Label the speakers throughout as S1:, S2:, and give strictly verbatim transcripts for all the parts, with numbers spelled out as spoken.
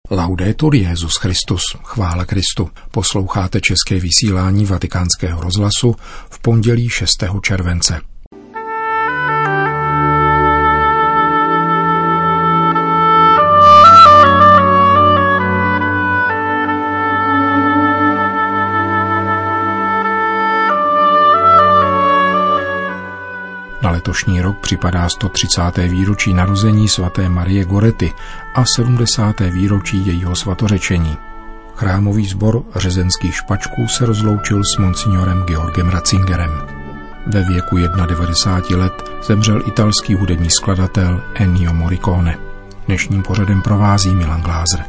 S1: Laudetur Jesus Christus, chvála Kristu. Posloucháte české vysílání Vatikánského rozhlasu v pondělí šestého července. Na letošní rok připadá sto třicáté výročí narození svaté Marie Gorety a sedmdesáté výročí jejího svatořečení. Chrámový sbor řezenských špačků se rozloučil s monsignorem Georgem Ratzingerem. Ve věku devadesát jedna let zemřel italský hudební skladatel Ennio Morricone. Dnešním pořadem provází Milan Glázer.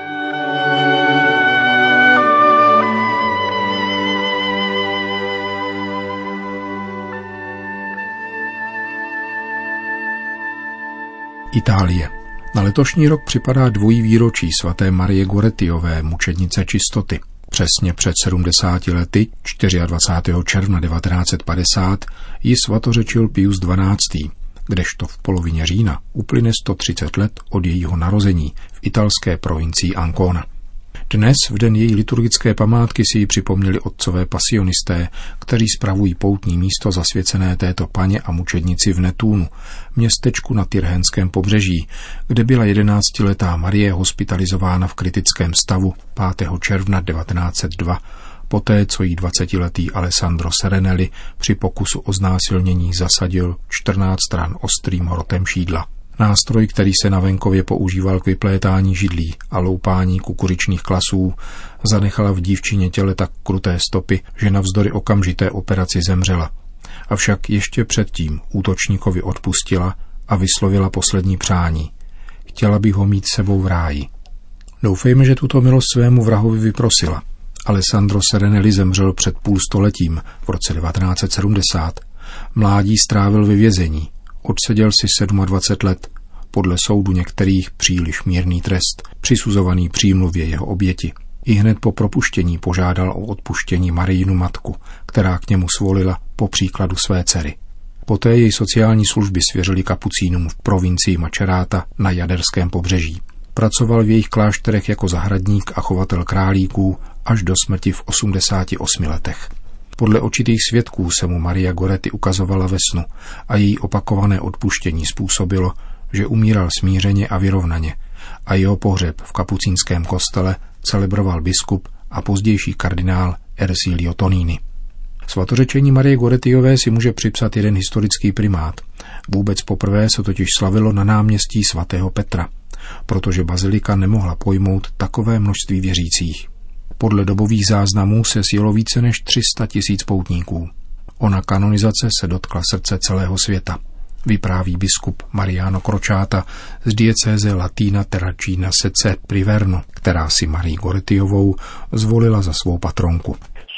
S1: Itálie. Na letošní rok připadá dvojí výročí svaté Marie Goretyové, mučednice čistoty. Přesně před sedmdesáti lety, dvacátého čtvrtého června devatenáct set padesát, ji svatořečil Pius dvanáctý, kdežto v polovině října uplyne sto třicet let od jejího narození v italské provincii Ancona. Dnes, v den její liturgické památky, si ji připomněli otcové pasionisté, kteří spravují poutní místo zasvěcené této paně a mučednici v Netúnu, městečku na Tyrhenském pobřeží, kde byla jedenáctiletá Marie hospitalizována v kritickém stavu pátého června devatenáct set dva, poté co jí dvacetiletý Alessandro Serenelli při pokusu o znásilnění zasadil čtrnáct ran ostrým hrotem šídla. Nástroj, který se na venkově používal k vyplétání židlí a loupání kukuřičných klasů, zanechala v dívčině těle tak kruté stopy, že navzdory okamžité operaci zemřela. Avšak ještě předtím útočníkovi odpustila a vyslovila poslední přání. Chtěla bych ho mít sebou v ráji. Doufejme, že tuto milost svému vrahovi vyprosila. Alessandro Serenelli zemřel před půl stoletím, v roce devatenáct set sedmdesát. Mládí strávil ve vězení. Odseděl si dvacet sedm let, podle soudu některých příliš mírný trest, přisuzovaný přímluvě jeho oběti. I hned po propuštění požádal o odpuštění Marijinu matku, která k němu svolila po příkladu své dcery. Poté jej sociální služby svěřili kapucínům v provincii Macerata na Jaderském pobřeží. Pracoval v jejich klášterech jako zahradník a chovatel králíků až do smrti v osmdesáti osmi letech. Podle očitých svědků se mu Maria Goretti ukazovala ve snu a její opakované odpuštění způsobilo, že umíral smířeně a vyrovnaně a jeho pohřeb v kapucínském kostele celebroval biskup a pozdější kardinál Ercilio Tonini. Svatořečení Marie Goretyové si může připsat jeden historický primát. Vůbec poprvé se totiž slavilo na náměstí svatého Petra, protože bazilika nemohla pojmout takové množství věřících. Podle dobových záznamů se sjelo více než tři sta tisíc poutníků. Ona kanonizace se dotkla srdce celého světa, vypráví biskup Mariano Crociata z diecéze Latina Terracina Sece Priverno, která si Marii Goretyovou zvolila za svou patronku.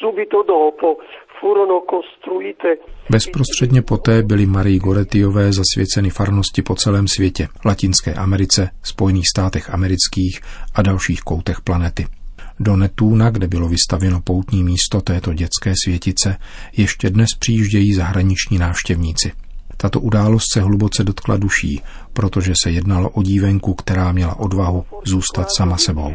S1: Bezprostředně poté byly Marii Goretyové zasvěceny farnosti po celém světě, Latinské Americe, Spojených státech amerických a dalších koutech planety. Do Netúna, kde bylo vystavěno poutní místo této dětské světice, ještě dnes přijíždějí zahraniční návštěvníci. Tato událost se hluboce dotkla duší, protože se jednalo o dívenku, která měla odvahu zůstat sama sebou,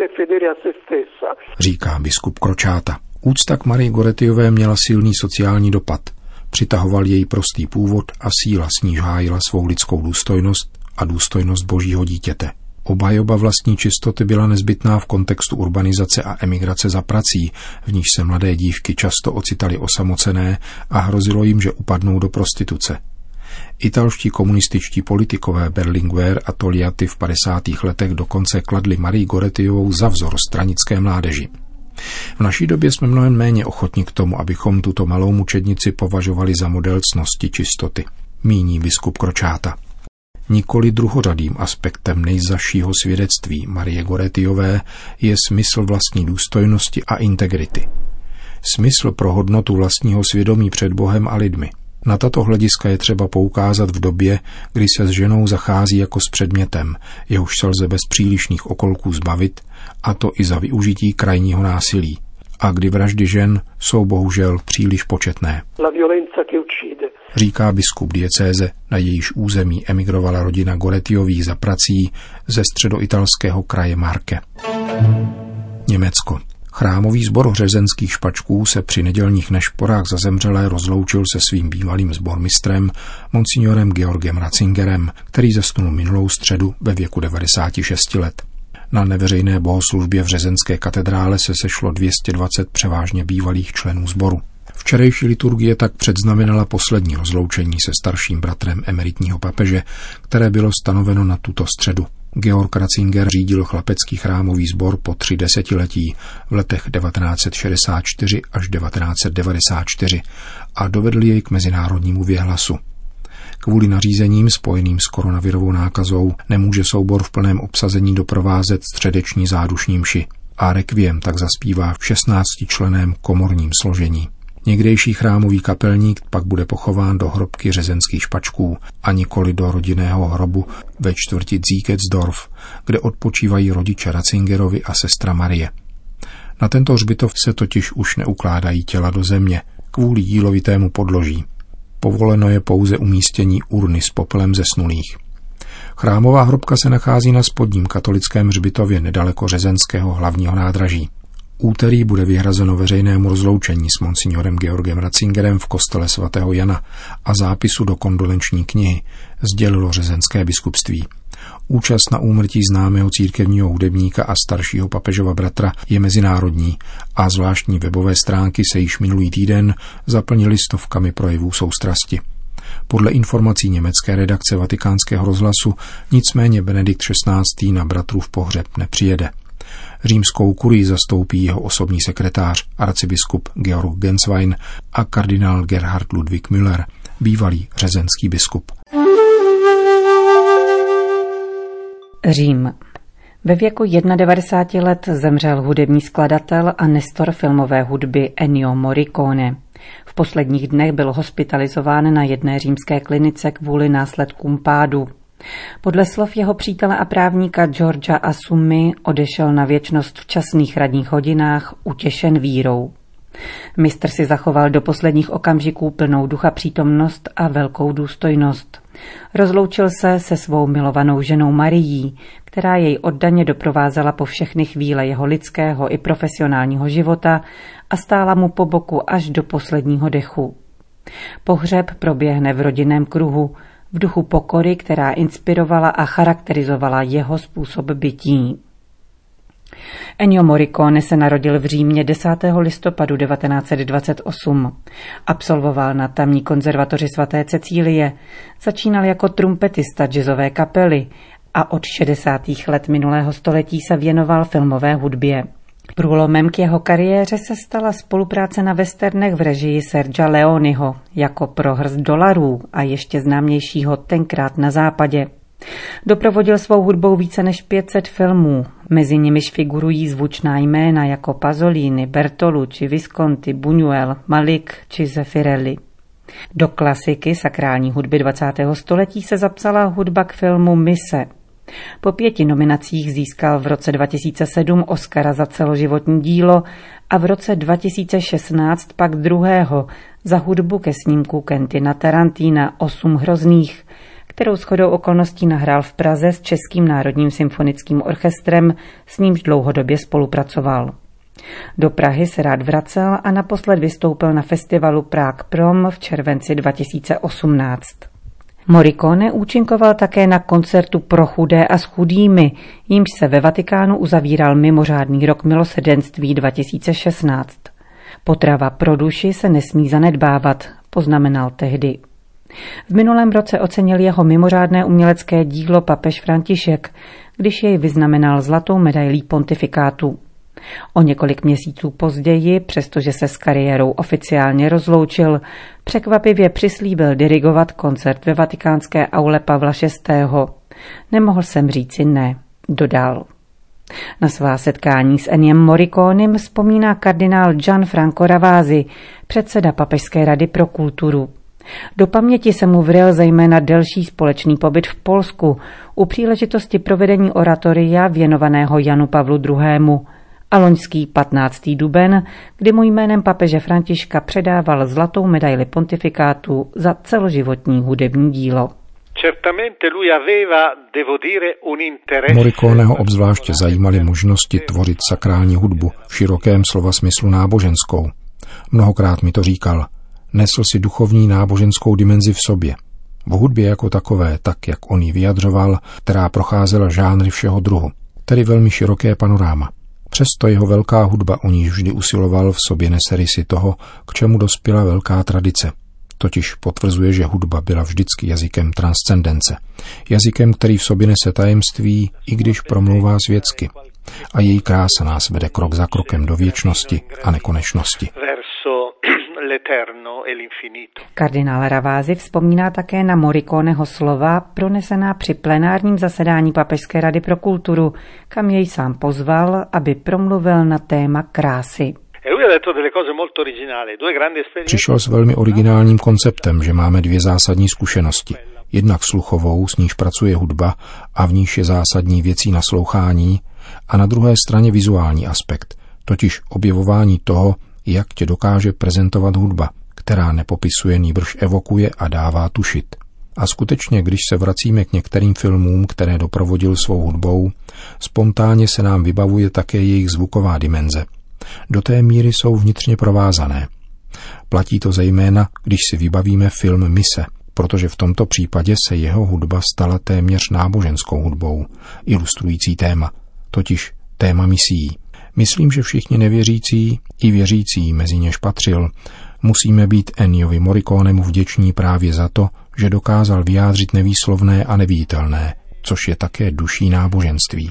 S1: říká biskup Crociata. Úcta k Marii Goretyové měla silný sociální dopad. Přitahoval její prostý původ a síla, s níž hájila svou lidskou důstojnost a důstojnost božího dítěte. Obhajoba vlastní čistoty byla nezbytná v kontextu urbanizace a emigrace za prací, v níž se mladé dívky často ocitaly osamocené a hrozilo jim, že upadnou do prostituce. Italští komunističtí politikové Berlinguer a Togliatti v padesátých letech dokonce kladli Marii Goretyovou za vzor stranické mládeži. V naší době jsme mnohem méně ochotní k tomu, abychom tuto malou mučednici považovali za model ctnosti čistoty, míní biskup Crociata. Nikoli druhořadým aspektem nejzazšího svědectví Marie Goretyové je smysl vlastní důstojnosti a integrity. Smysl pro hodnotu vlastního svědomí před Bohem a lidmi. Na tato hlediska je třeba poukázat v době, kdy se s ženou zachází jako s předmětem, jehož se lze bez přílišných okolků zbavit, a to i za využití krajního násilí. a kdy vraždy žen jsou bohužel příliš početné. Říká biskup diecéze, na jejíž území emigrovala rodina Gorettiových za prací ze středoitalského kraje Marke. Německo. Chrámový sbor řezenských špačků se při nedělních nešporách za zemřelé rozloučil se svým bývalým sbormistrem, monsignorem Georgem Ratzingerem, který zesnul minulou středu ve věku devadesáti šesti let. Na neveřejné bohoslužbě v řezenské katedrále se sešlo dvě stě dvacet převážně bývalých členů sboru. Včerejší liturgie tak předznamenala poslední rozloučení se starším bratrem emeritního papeže, které bylo stanoveno na tuto středu. Georg Ratzinger řídil chlapecký chrámový sbor po tři desetiletí v letech devatenáct set šedesát čtyři až devatenáct set devadesát čtyři a dovedl jej k mezinárodnímu věhlasu. Kvůli nařízením spojeným s koronavirovou nákazou nemůže soubor v plném obsazení doprovázet středeční zádušní mši a rekviem tak zaspívá v šestnáctičlenném komorním složení. Někdejší chrámový kapelník pak bude pochován do hrobky řezenských špačků a nikoli do rodinného hrobu ve čtvrti Zieketsdorf, kde odpočívají rodiče Ratzingerovi a sestra Marie. Na tento hřbitov se totiž už neukládají těla do země kvůli jílovitému podloží. Povoleno je pouze umístění urny s popelem zesnulých. Chrámová hrobka se nachází na spodním katolickém hřbitově nedaleko řezenského hlavního nádraží. Úterý bude vyhrazeno veřejnému rozloučení s monsignorem Georgem Ratzingerem v kostele svatého Jana a zápisu do kondolenční knihy, sdělilo řezenské biskupství. Účast na úmrtí známého církevního hudebníka a staršího papežova bratra je mezinárodní a zvláštní webové stránky se již minulý týden zaplnily stovkami projevů soustrasti. Podle informací německé redakce Vatikánského rozhlasu nicméně Benedikt šestnáctý na bratrův pohřeb nepřijede. Římskou kurii zastoupí jeho osobní sekretář, arcibiskup Georg Genswein a kardinál Gerhard Ludwig Müller, bývalý řezenský biskup.
S2: Řím. Ve věku devadesáti jedna let zemřel hudební skladatel a nestor filmové hudby Ennio Morricone. V posledních dnech byl hospitalizován na jedné římské klinice kvůli následkům pádu. Podle slov jeho přítele a právníka Georgia Assumi odešel na věčnost v časných ranních hodinách, utěšen vírou. Mistr si zachoval do posledních okamžiků plnou ducha přítomnost a velkou důstojnost. Rozloučil se se svou milovanou ženou Marií, která jej oddaně doprovázela po všechny chvíle jeho lidského i profesionálního života a stála mu po boku až do posledního dechu. Pohřeb proběhne v rodinném kruhu, v duchu pokory, která inspirovala a charakterizovala jeho způsob bytí. Ennio Morricone se narodil v Římě desátého listopadu devatenáct set dvacet osm. Absolvoval na tamní konzervatoři svaté Cecílie, začínal jako trumpetista jazzové kapely a od šedesátých let minulého století se věnoval filmové hudbě. Průlomem k jeho kariéře se stala spolupráce na westernech v režii Sergia Leoneho jako Pro hrst dolarů a ještě známějšího Tenkrát na západě. Doprovodil svou hudbou více než pět set filmů, mezi nimiž figurují zvučná jména jako Pasolini, Bertolucci, Visconti, Buñuel, Malik či Zeffirelli. Do klasiky sakrální hudby dvacátého století se zapsala hudba k filmu Mise. Po pěti nominacích získal v roce dva tisíce sedm Oscara za celoživotní dílo a v roce dva tisíce šestnáct pak druhého za hudbu ke snímku Quentina Tarantina Osm hrozných, kterou shodou okolností nahrál v Praze s Českým národním symfonickým orchestrem, s nímž dlouhodobě spolupracoval. Do Prahy se rád vracel a naposled vystoupil na festivalu Prague Prom v červenci dva tisíce osmnáct. Morricone účinkoval také na koncertu Pro chudé a s chudými, jímž se ve Vatikánu uzavíral mimořádný rok milosrdenství dva tisíce šestnáct. Potrava pro duši se nesmí zanedbávat, poznamenal tehdy. V minulém roce ocenil jeho mimořádné umělecké dílo papež František, když jej vyznamenal zlatou medailí pontifikátu. O několik měsíců později, přestože se s kariérou oficiálně rozloučil, překvapivě přislíbil dirigovat koncert ve vatikánské aule Pavla šestého. Nemohl jsem říci ne, dodal. Na svá setkání s Enniem Morriconem vzpomíná kardinál Gianfranco Ravasi, předseda Papežské rady pro kulturu. Do paměti se mu vryl zejména delší společný pobyt v Polsku u příležitosti provedení oratoria věnovaného Janu Pavlu druhému. a loňský patnáctý duben, kdy mu jménem papeže Františka předával zlatou medaili pontifikátu za celoživotní hudební dílo.
S1: Morriconeho obzvláště zajímaly možnosti tvořit sakrální hudbu v širokém slova smyslu náboženskou. Mnohokrát mi to říkal. Nesl si duchovní náboženskou dimenzi v sobě. V hudbě jako takové, tak jak on ji vyjadřoval, která procházela žánry všeho druhu, tedy velmi široké panoráma. Přesto jeho velká hudba, o níž vždy usiloval, v sobě nese rysy toho, k čemu dospěla velká tradice. Totiž potvrzuje, že hudba byla vždycky jazykem transcendence. Jazykem, který v sobě nese tajemství, i když promlouvá světsky. A její krása nás vede krok za krokem do věčnosti a nekonečnosti.
S2: Kardinál Ravasi vzpomíná také na Morriconeho slova pronesená při plenárním zasedání Papežské rady pro kulturu, kam jej sám pozval, aby promluvil na téma krásy.
S1: Přišel s velmi originálním konceptem, že máme dvě zásadní zkušenosti. Jednak sluchovou, s níž pracuje hudba a v níž je zásadní věcí naslouchání, a na druhé straně vizuální aspekt, totiž objevování toho, jak tě dokáže prezentovat hudba, která nepopisuje, nýbrž evokuje a dává tušit. A skutečně, když se vracíme k některým filmům, které doprovodil svou hudbou, spontánně se nám vybavuje také jejich zvuková dimenze. Do té míry jsou vnitřně provázané. Platí to zejména, když si vybavíme film Mise, protože v tomto případě se jeho hudba stala téměř náboženskou hudbou, ilustrující téma, totiž téma misií. Myslím, že všichni nevěřící i věřící, mezi něž patřil, musíme být Enniovi Morriconemu vděční právě za to, že dokázal vyjádřit nevýslovné a neviditelné, což je také duší náboženství.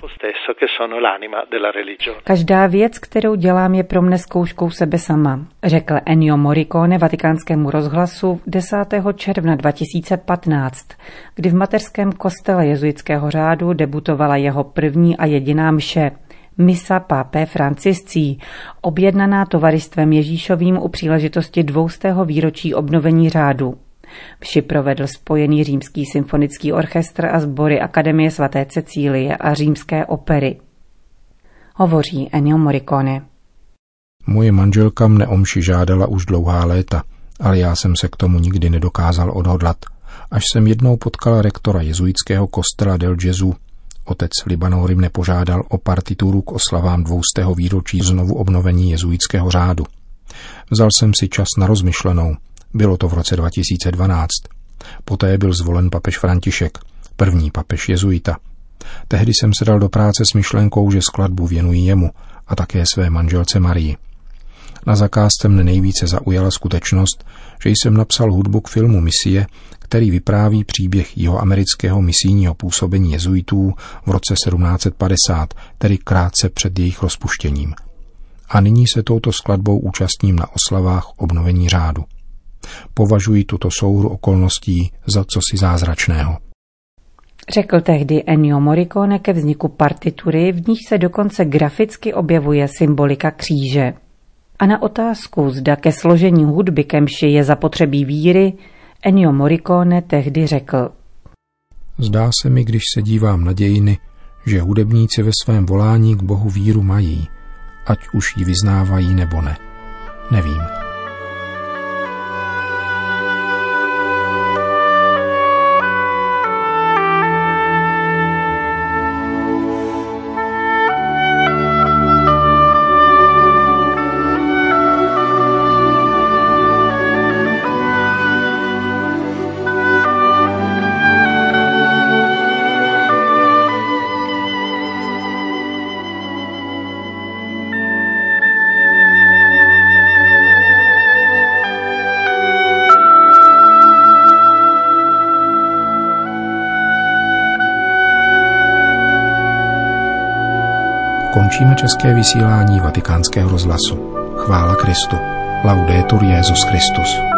S2: Každá věc, kterou dělám, je pro mne zkouškou sebe sama, řekl Ennio Morricone Vatikánskému rozhlasu desátého června dva tisíce patnáct, kdy v mateřském kostele jezuitského řádu debutovala jeho první a jediná mše, Misa Papae Francisci, objednaná tovaristvem Ježíšovým u příležitosti dvoustého výročí obnovení řádu. Mši provedl spojený Římský symfonický orchestr a sbory Akademie svaté Cecílie a Římské opery. Hovoří Ennio Morricone.
S1: Moje manželka mne o mši žádala už dlouhá léta, ale já jsem se k tomu nikdy nedokázal odhodlat. Až jsem jednou potkal rektora jezuitského kostela del Gesù, otec Libanori mne požádal o partituru k oslavám dvoustého výročí znovu obnovení jezuitského řádu. Vzal jsem si čas na rozmyšlenou. Bylo to v roce dva tisíce dvanáct. Poté byl zvolen papež František, první papež jezuita. Tehdy jsem se dal do práce s myšlenkou, že skladbu věnuji jemu a také své manželce Marii. Na zakázce mne nejvíce zaujala skutečnost, že jsem napsal hudbu k filmu Misie, který vypráví příběh jihoamerického misijního působení jezuitů v roce sedmnáct set padesát, tedy krátce před jejich rozpuštěním. A nyní se touto skladbou účastním na oslavách obnovení řádu. Považuji tuto souhru okolností za cosi zázračného.
S2: Řekl tehdy Ennio Morricone ke vzniku partitury, v níž se dokonce graficky objevuje symbolika kříže. A na otázku, zda ke složení hudby ke mši je zapotřebí víry, Ennio Morricone tehdy řekl:
S1: Zdá se mi, když se dívám na dějiny, že hudebníci ve svém volání k Bohu víru mají, ať už ji vyznávají nebo ne. Nevím. Končíme české vysílání Vatikánského rozhlasu. Chvála Kristu. Laudetur Jesus Christus.